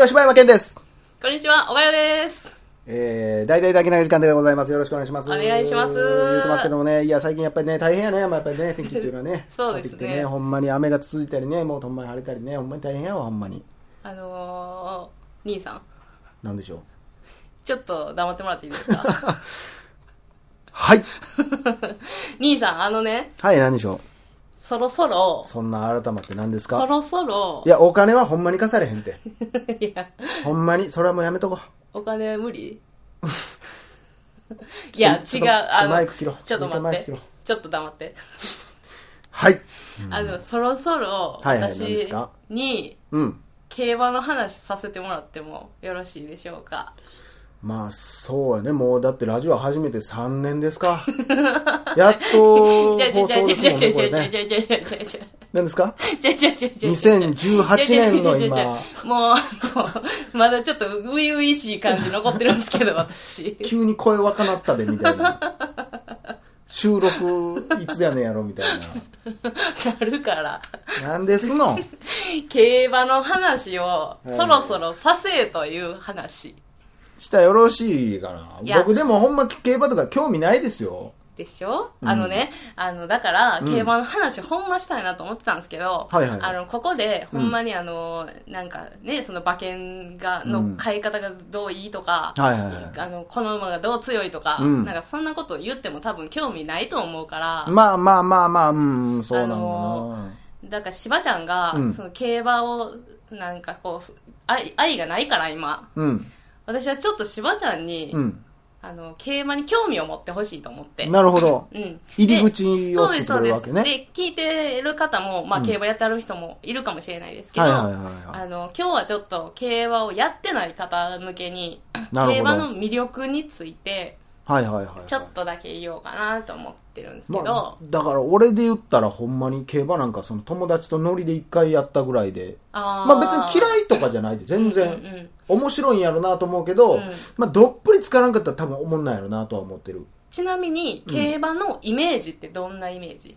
は、柴山健です。 こんにちは、小川です。 大々だけな時間でございます。よろしくお願いします。 お願いします。 言ってますけどもね、いや、最近やっぱりね、大変やね、やっぱりね、天気っていうのはね。 そうですね。 ほんまに雨が続いたりね、もうほんまに晴れたりね、ほんまに大変やわ、ほんまに。 兄さん。 なんでしょう。 ちょっと黙ってもらっていいですか？ はい。 兄さん、 はい、なんでしょう。 そろそろ。 そんな改まって何ですか？ そろそろ。 いや、お金はほんまに貸されへんて。 いや。 ほんまに、それはもうやめとこう。お金無理？いや、違う。 マイク切ろう。 ちょっと待って。ちょっと黙って。 はい。 そろそろ、私に、競馬の話させてもらってもよろしいでしょうか？ まあ、そうやね。もう、だってラジオ始めて3年ですか。やっと、放送ですもんね、これね。何ですか？ 2018 年の今。 もう、まだちょっと初々しい感じ残ってるんですけど、私。 急に声若なったで、みたいな。収録、いつやねんやろ、みたいな。 なるから。 なんですの？ 競馬の話を、そろそろさせという話。 したらよろしいかな。僕でもほんま競馬とか興味ないですよ。 でしょ？だから、競馬の話ほんましたいなと思ってたんですけど、ここで、ほんまになんかね、その馬券の買い方がどういいとか、この馬がどう強いとか、なんかそんなことを言っても多分興味ないと思うから、 まあ、そうなのかな。だから柴ちゃんが、その競馬を、なんかこう、愛がないから今。私はちょっと柴ちゃんに、競馬に興味を持ってほしいと思って。 なるほど。入り口を作ってくれるわけね。 そうです。で、聞いてる方も、まあ、競馬やってある人もいるかもしれないですけど、今日はちょっと競馬をやってない方向けに、競馬の魅力について、ちょっとだけ言おうかなと思ってるんですけど、 だから俺で言ったらほんまに競馬なんかその友達とノリで一回やったぐらいで、まあ別に嫌いとかじゃないで全然面白いんやろなと思うけど、まあどっぷりつからんかったら多分思んないやろなとは思ってる。 ちなみに競馬のイメージってどんなイメージ？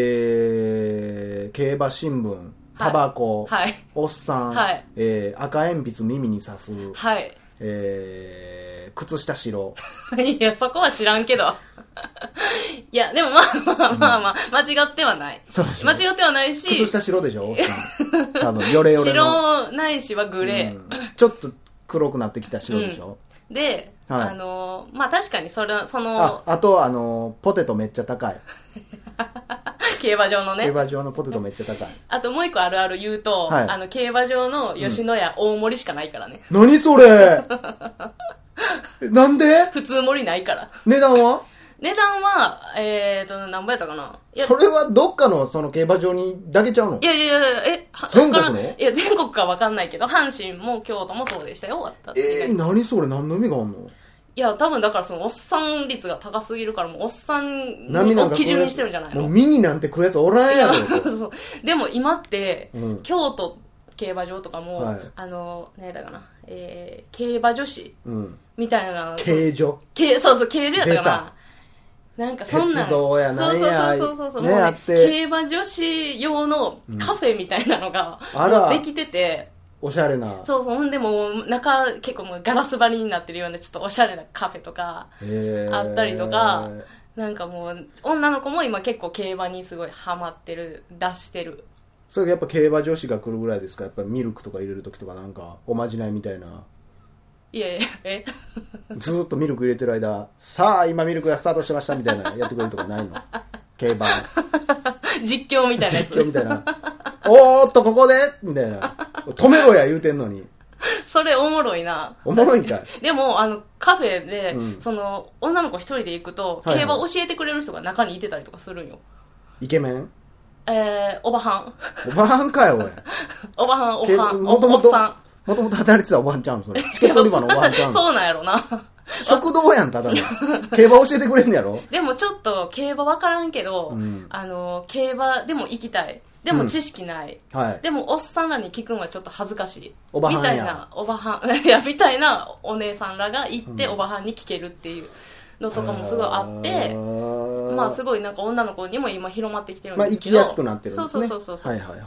競馬新聞、タバコ、おっさん、赤鉛筆耳に刺す、靴下白。 いや、そこは知らんけど。いや、でもまあ、間違ってはない。間違ってはないし。 靴下白でしょ？多分、ヨレヨレの。 白ないしはグレー。 ちょっと黒くなってきた白でしょ？ で、まあ確かにあと、ポテトめっちゃ高い。 競馬場のね。 競馬場のポテトめっちゃ高い。 あともう一個あるある言うと、競馬場の吉野家大盛りしかないからね。 何それ？なんで？ 普通盛りないから。 値段は？ 値段は、何ぼやったかな？ それはどっかのその競馬場にだけちゃうの？ いや、 全国の？ いや、全国かわかんないけど、阪神も京都もそうでしたよ、 何それ？何の意味があんの？ いや、多分だからそのおっさん率が高すぎるから、もうおっさんを基準にしてるんじゃないの？ もうミニなんて食うやつおらんやろ。 そう。でも今って、京都競馬場とかも、何だかな、競馬女子、みたいな。 競女？ そう、競女やったかな。なんかそんな。 鉄道やなんや。 そう。もうね、競馬女子用のカフェみたいなのが、もうできてて、 おしゃれな。 そう、ほんでもう中結構もうガラス張りになってるようなちょっとおしゃれなカフェとかあったりとか、なんかもう女の子も今結構競馬にすごいハマってる、出してる。 それでやっぱ競馬女子が来るぐらいですか？やっぱりミルクとか入れるときとかなんかおまじないみたいな。 いやずーっとミルク入れてる間、さあ今ミルクがスタートしましたみたいなやってくれるとかないの？競馬実況みたいなやつ。 実況みたいな。おーっとここでみたいな。止めろや言うてんのに。 それおもろいな。 おもろいんかい。 でもカフェで、その女の子一人で行くと、競馬教えてくれる人が中にいてたりとかするんよ。 イケメン？ おばはん。 おばはんかよおい。 おばはん、おっさん。もともと働いてたおばはんちゃうんそれ。チケット売り場のおばはんちゃうん。 そうなんやろな。 食堂やん、ただの。競馬教えてくれんのやろ？でもちょっと競馬わからんけど、競馬でも行きたい。でも知識ない。でもおっさんらに聞くんはちょっと恥ずかしい。 おばはんや。 みたいな、おばはん、いや、みたいなお姉さんらが行って、おばはんに聞けるっていうのとかもすごいあって、まあすごいなんか女の子にも今広まってきてるんですけど。 まあ行きやすくなってるんですね。 そう。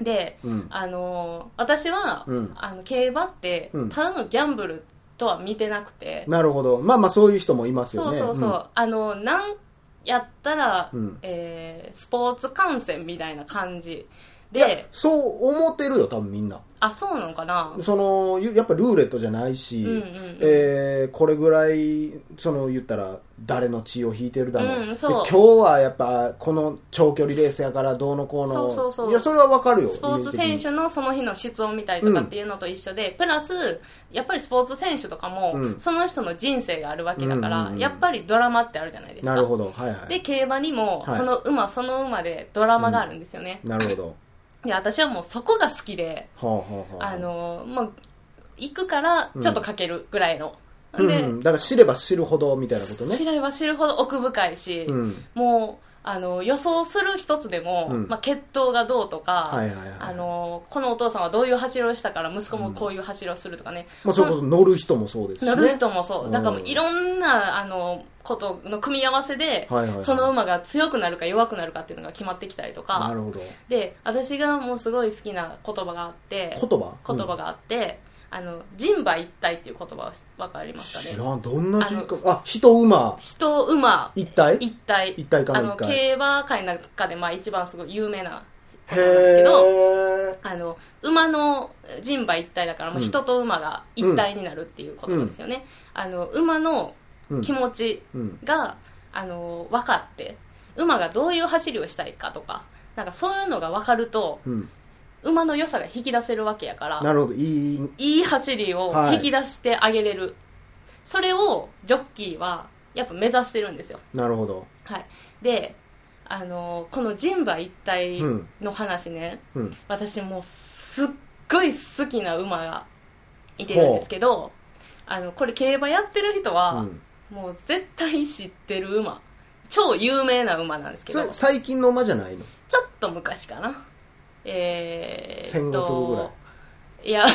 で、私は、競馬って、ただのギャンブルとは見てなくて。 なるほど。まあまあそういう人もいますよね。 そうそうそう。なんやったら、スポーツ観戦みたいな感じで。 そう思ってるよ、多分みんな。 あ、そうなのかな。 やっぱルーレットじゃないし、これぐらい、言ったら、誰の血を引いてるだろう。今日はやっぱ、この長距離レースやからどうのこうの。いや、それはわかるよ。 スポーツ選手のその日の質を見たりとかっていうのと一緒で、プラス、やっぱりスポーツ選手とかも、その人の人生があるわけだから、やっぱりドラマってあるじゃないですか。 なるほど。はいはい。 で、競馬にも、その馬でドラマがあるんですよね。 なるほど。 で、私はもうそこが好きで、行くからちょっとかけるぐらいの。 で、だから知れば知るほどみたいなことね。 知れば知るほど奥深いし、もう、予想する一つでも、血統がどうとか、このお父さんはどういう走りをしたから息子もこういう走りをするとかね。 それこそ乗る人もそうですしね。 乗る人もそう。だからもういろんな、ことの組み合わせで、その馬が強くなるか弱くなるかっていうのが決まってきたりとか。 なるほど。 で、私がもうすごい好きな言葉があって、言葉があって、人馬一体っていう言葉わかりますかね。 知らん、どんな字か。人馬一体一体。 一体かな。 競馬界の中で一番すごい有名な言葉なんですけど、馬の人馬一体だから、もう人と馬が一体になるっていう言葉ですよね。馬の気持ちが、分かって、馬がどういう走りをしたいかとか、なんかそういうのが分かると、馬の良さが引き出せるわけやから、 なるほど、 いい走りを引き出してあげれる。それをジョッキーはやっぱ目指してるんですよ。 なるほど。 はい。で、この人馬一体の話ね、私もうすっごい好きな馬がいてるんですけど、これ競馬やってる人は、もう絶対知ってる馬。超有名な馬なんですけど。 それ最近の馬じゃないの？ ちょっと昔かな。 戦後すぐぐらい。 いや、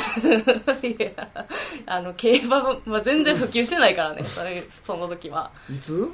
競馬は全然普及してないからね、その時は。 いつ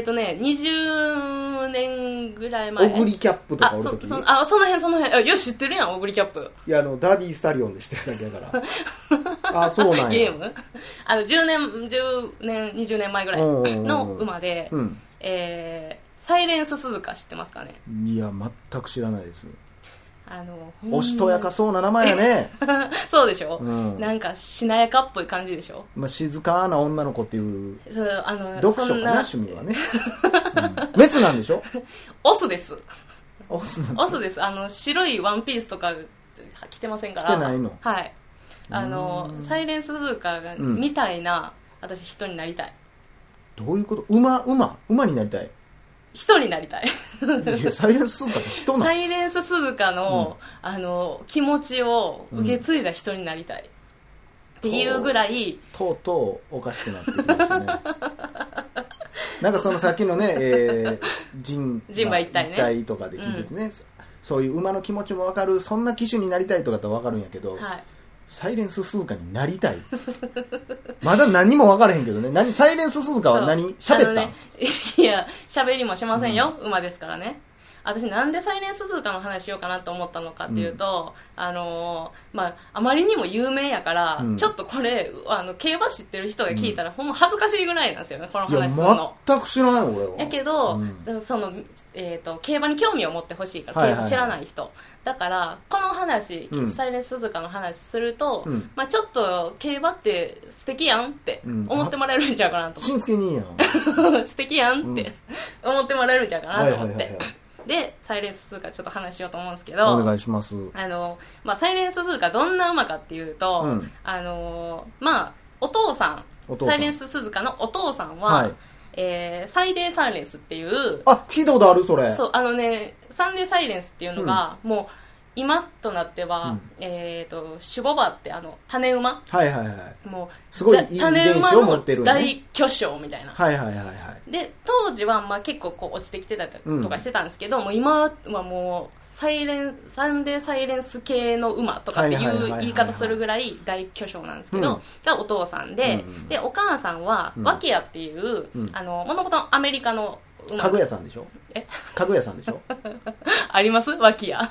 20年ぐらい前。 オグリキャップとかおる時に。 その辺。よし、知ってるやん、オグリキャップ。 いや、ダービースタリオンでしてるだけだから。そうなんや。 ゲーム10年、20年前ぐらいの馬で、サイレンス鈴鹿知ってますかね？ いや、全く知らないです。おしとやかそうな名前やね。 そうでしょ、なんかしなやかっぽい感じでしょ。 静かな女の子っていう。 読書かな、趣味はね。メスなんでしょ？ オスです。 オスです。白いワンピースとか着てませんから。 着てないの？ はい。サイレンスズーカーみたいな、私人になりたい。 どういうこと？馬になりたい。 人になりたい。 いや、サイレンス鈴鹿って人なの？ サイレンス鈴鹿の、気持ちを受け継いだ人になりたい。っていうぐらい。 とうとうおかしくなってきましたね。なんかさっきのね、人馬一体とかで聞いててね、そういう馬の気持ちも分かる、そんな騎手になりたいとかって分かるんやけど、サイレンス鈴鹿になりたい。まだ何も分からへんけどね。サイレンス鈴鹿は何？喋った？ いや、喋りもしませんよ。馬ですからね。私なんでサイレンス鈴鹿の話しようかなと思ったのかっていうと、あまりにも有名やから、ちょっとこれ、競馬知ってる人が聞いたら、ほんま恥ずかしいぐらいなんですよね、この話するの。いや、 全く知らない俺は。 やけど、競馬に興味を持ってほしいから、競馬知らない人。だから、この話、サイレンス鈴鹿の話すると、ちょっと競馬って素敵やんって思ってもらえるんちゃうかなと思って。 しんすけにいいやん。 素敵やんって思ってもらえるんちゃうかなと思って。で、サイレンス鈴鹿ちょっと話しようと思うんですけど、 お願いします。 サイレンス鈴鹿どんな馬かっていうと、お父さん、サイレンス鈴鹿のお父さんは、サイデーサイレンスっていう、 聞いたことあるそれ。 そう、サンデーサイレンスっていうのが、もう、今となっては、守護馬って種馬。もう、 すごいいい遺伝子を持ってる、 種馬の大巨匠みたいな。で、当時は、結構落ちてきてたりとかしてたんですけど、もう今はもう、サンデーサイレンス系の馬とかっていう言い方するぐらい大巨匠なんですけど、がお父さんで、で、お母さんは、ワキアっていう、もともとアメリカの家具屋さんでしょ？家具屋さんでしょ？ あります？ワキア。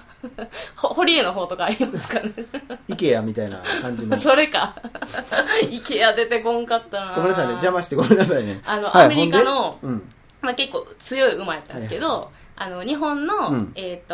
堀江の方とかありますかね。 イケアみたいな感じの。 それか。イケア出てこんかったな。 ごめんなさいね。邪魔してごめんなさいね。 アメリカの、まあ、結構強い馬やったんですけど、日本の、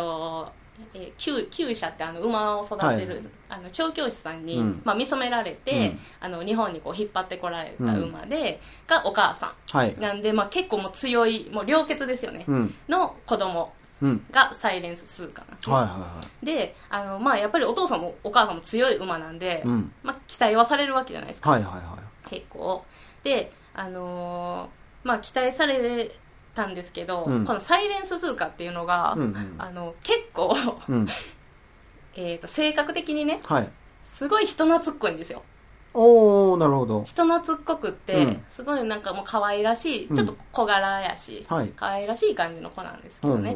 厩舎って馬を育てる、調教師さんに、まあ、見初められて、日本にこう引っ張ってこられた馬で、がお母さん。なんで、まあ、結構もう強い、もう良血ですよね。の子供がサイレンススズカなんですね。で、まあ、やっぱりお父さんもお母さんも強い馬なんで、まあ、期待はされるわけじゃないですか。結構。で、まあ、期待されたんですけど、このサイレンススズカっていうのが、結構、性格的にね、すごい人懐っこいんですよ。 おー、なるほど。 人懐っこくって、すごいなんかもう可愛らしい、ちょっと小柄やし、可愛らしい感じの子なんですけどね。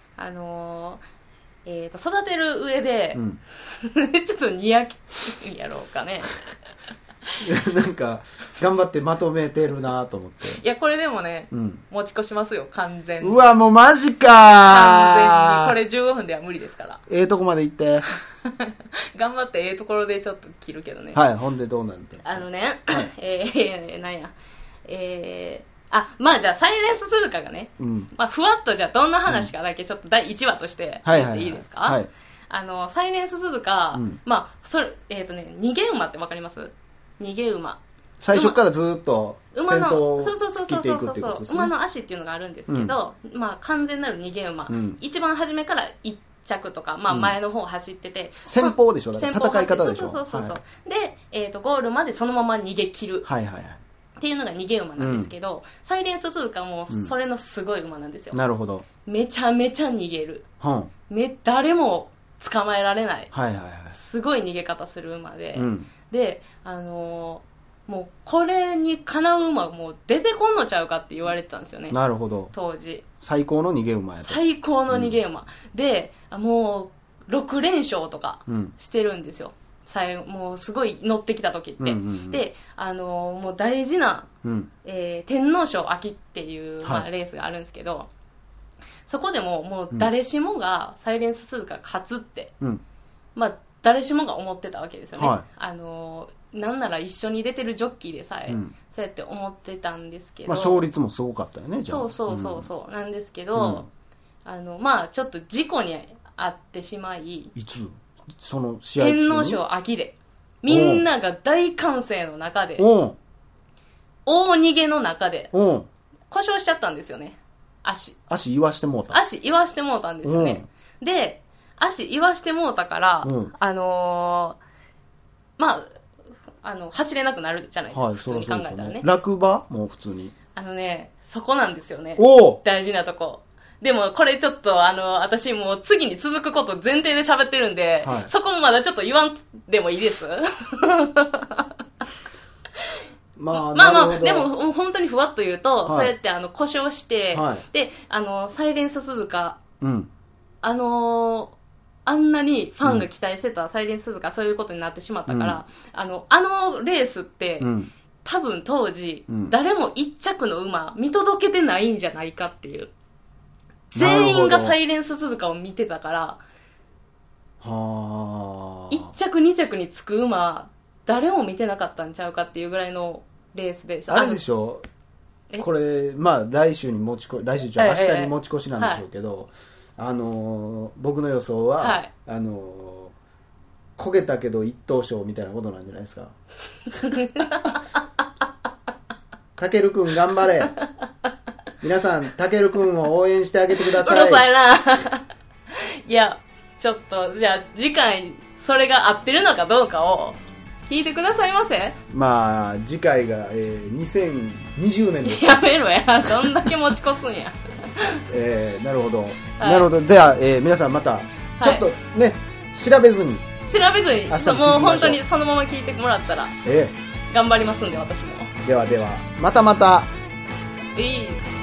育てる上で、ちょっとにやけやろうかね。 なんか頑張ってまとめてるなと思って。 いやこれでもね、持ち越しますよ完全に。 うわもうマジか完全にこれ15分では無理ですから。 とこまで行って。 頑張ってところでちょっと切るけどね。 ほんでどうなんですか。 なんやまあじゃあサイレンススズカがね、まあふわっとじゃあどんな話かだけちょっと第1話として言っていいですか。サイレンススズカ、まあそれ逃げ馬ってわかります？逃げ馬。 最初からずっと先頭を切っていくっていうことですね。馬の足っていうのがあるんですけど、まあ完全なる逃げ馬、一番初めから1着とか、まあ前の方走ってて、 先鋒でしょ、戦い方でしょ。 で、ゴールまでそのまま逃げ切るっていうのが逃げ馬なんですけど、サイレンススズカもそれのすごい馬なんですよ。 なるほど。 めちゃめちゃ逃げる。誰も捕まえられない。すごい逃げ方する馬で、で、もうこれにかなう馬もう出てこんのちゃうかって言われてたんですよね。 なるほど。 当時最高の逃げ馬やと。 最高の逃げ馬、でもう6連勝とかしてるんですよ、もうすごい乗ってきた時って、で、もう大事な、天皇賞秋っていう、まあ、レースがあるんですけど、そこでもう誰しもがサイレンススズカが勝つって、まあ誰しもが思ってたわけですよね、なんなら一緒に出てるジョッキーでさえ、そうやって思ってたんですけど、 まあ、勝率もすごかったよね。じゃあそうなんですけど、まあちょっと事故に遭ってしまい、 いつその試合中天皇賞秋でみんなが大歓声の中で大逃げの中で故障しちゃったんですよね。足言わしてもうたんですよね。で足言わしてもうたから、まあ走れなくなるじゃないですか、普通に考えたらね。 落馬もう普通にそこなんですよね、大事なとこ。でもこれちょっと私もう次に続くこと前提で喋ってるんで、そこもまだちょっと言わんでもいいですまあでも本当にふわっと言うと、そうやって故障して、でサイレンススズカ、あんなにファンが期待してたサイレンススズカそういうことになってしまったから、レースって、多分当時、誰も一着の馬見届けてないんじゃないかっていう、全員がサイレンススズカを見てたから、1着2着につく馬誰も見てなかったんちゃうかっていうぐらいのレースで、 あれでしょこれ、まあ来週に明日に持ち越しなんでしょうけど、僕の予想は、焦げたけど一等賞みたいなことなんじゃないですか。たけるくん頑張れ。皆さんたけるくんを応援してあげてください。 うるさいないやちょっとじゃあ次回それが合ってるのかどうかを聞いてくださいませ。 まあ次回が、2020年です。 やめろや、どんだけ持ち越すんやなるほど、なるほど。じゃあ、皆さんまたちょっとね、調べずにもう本当にそのまま聞いてもらったら、頑張りますんで私も。 ではまたいいっす。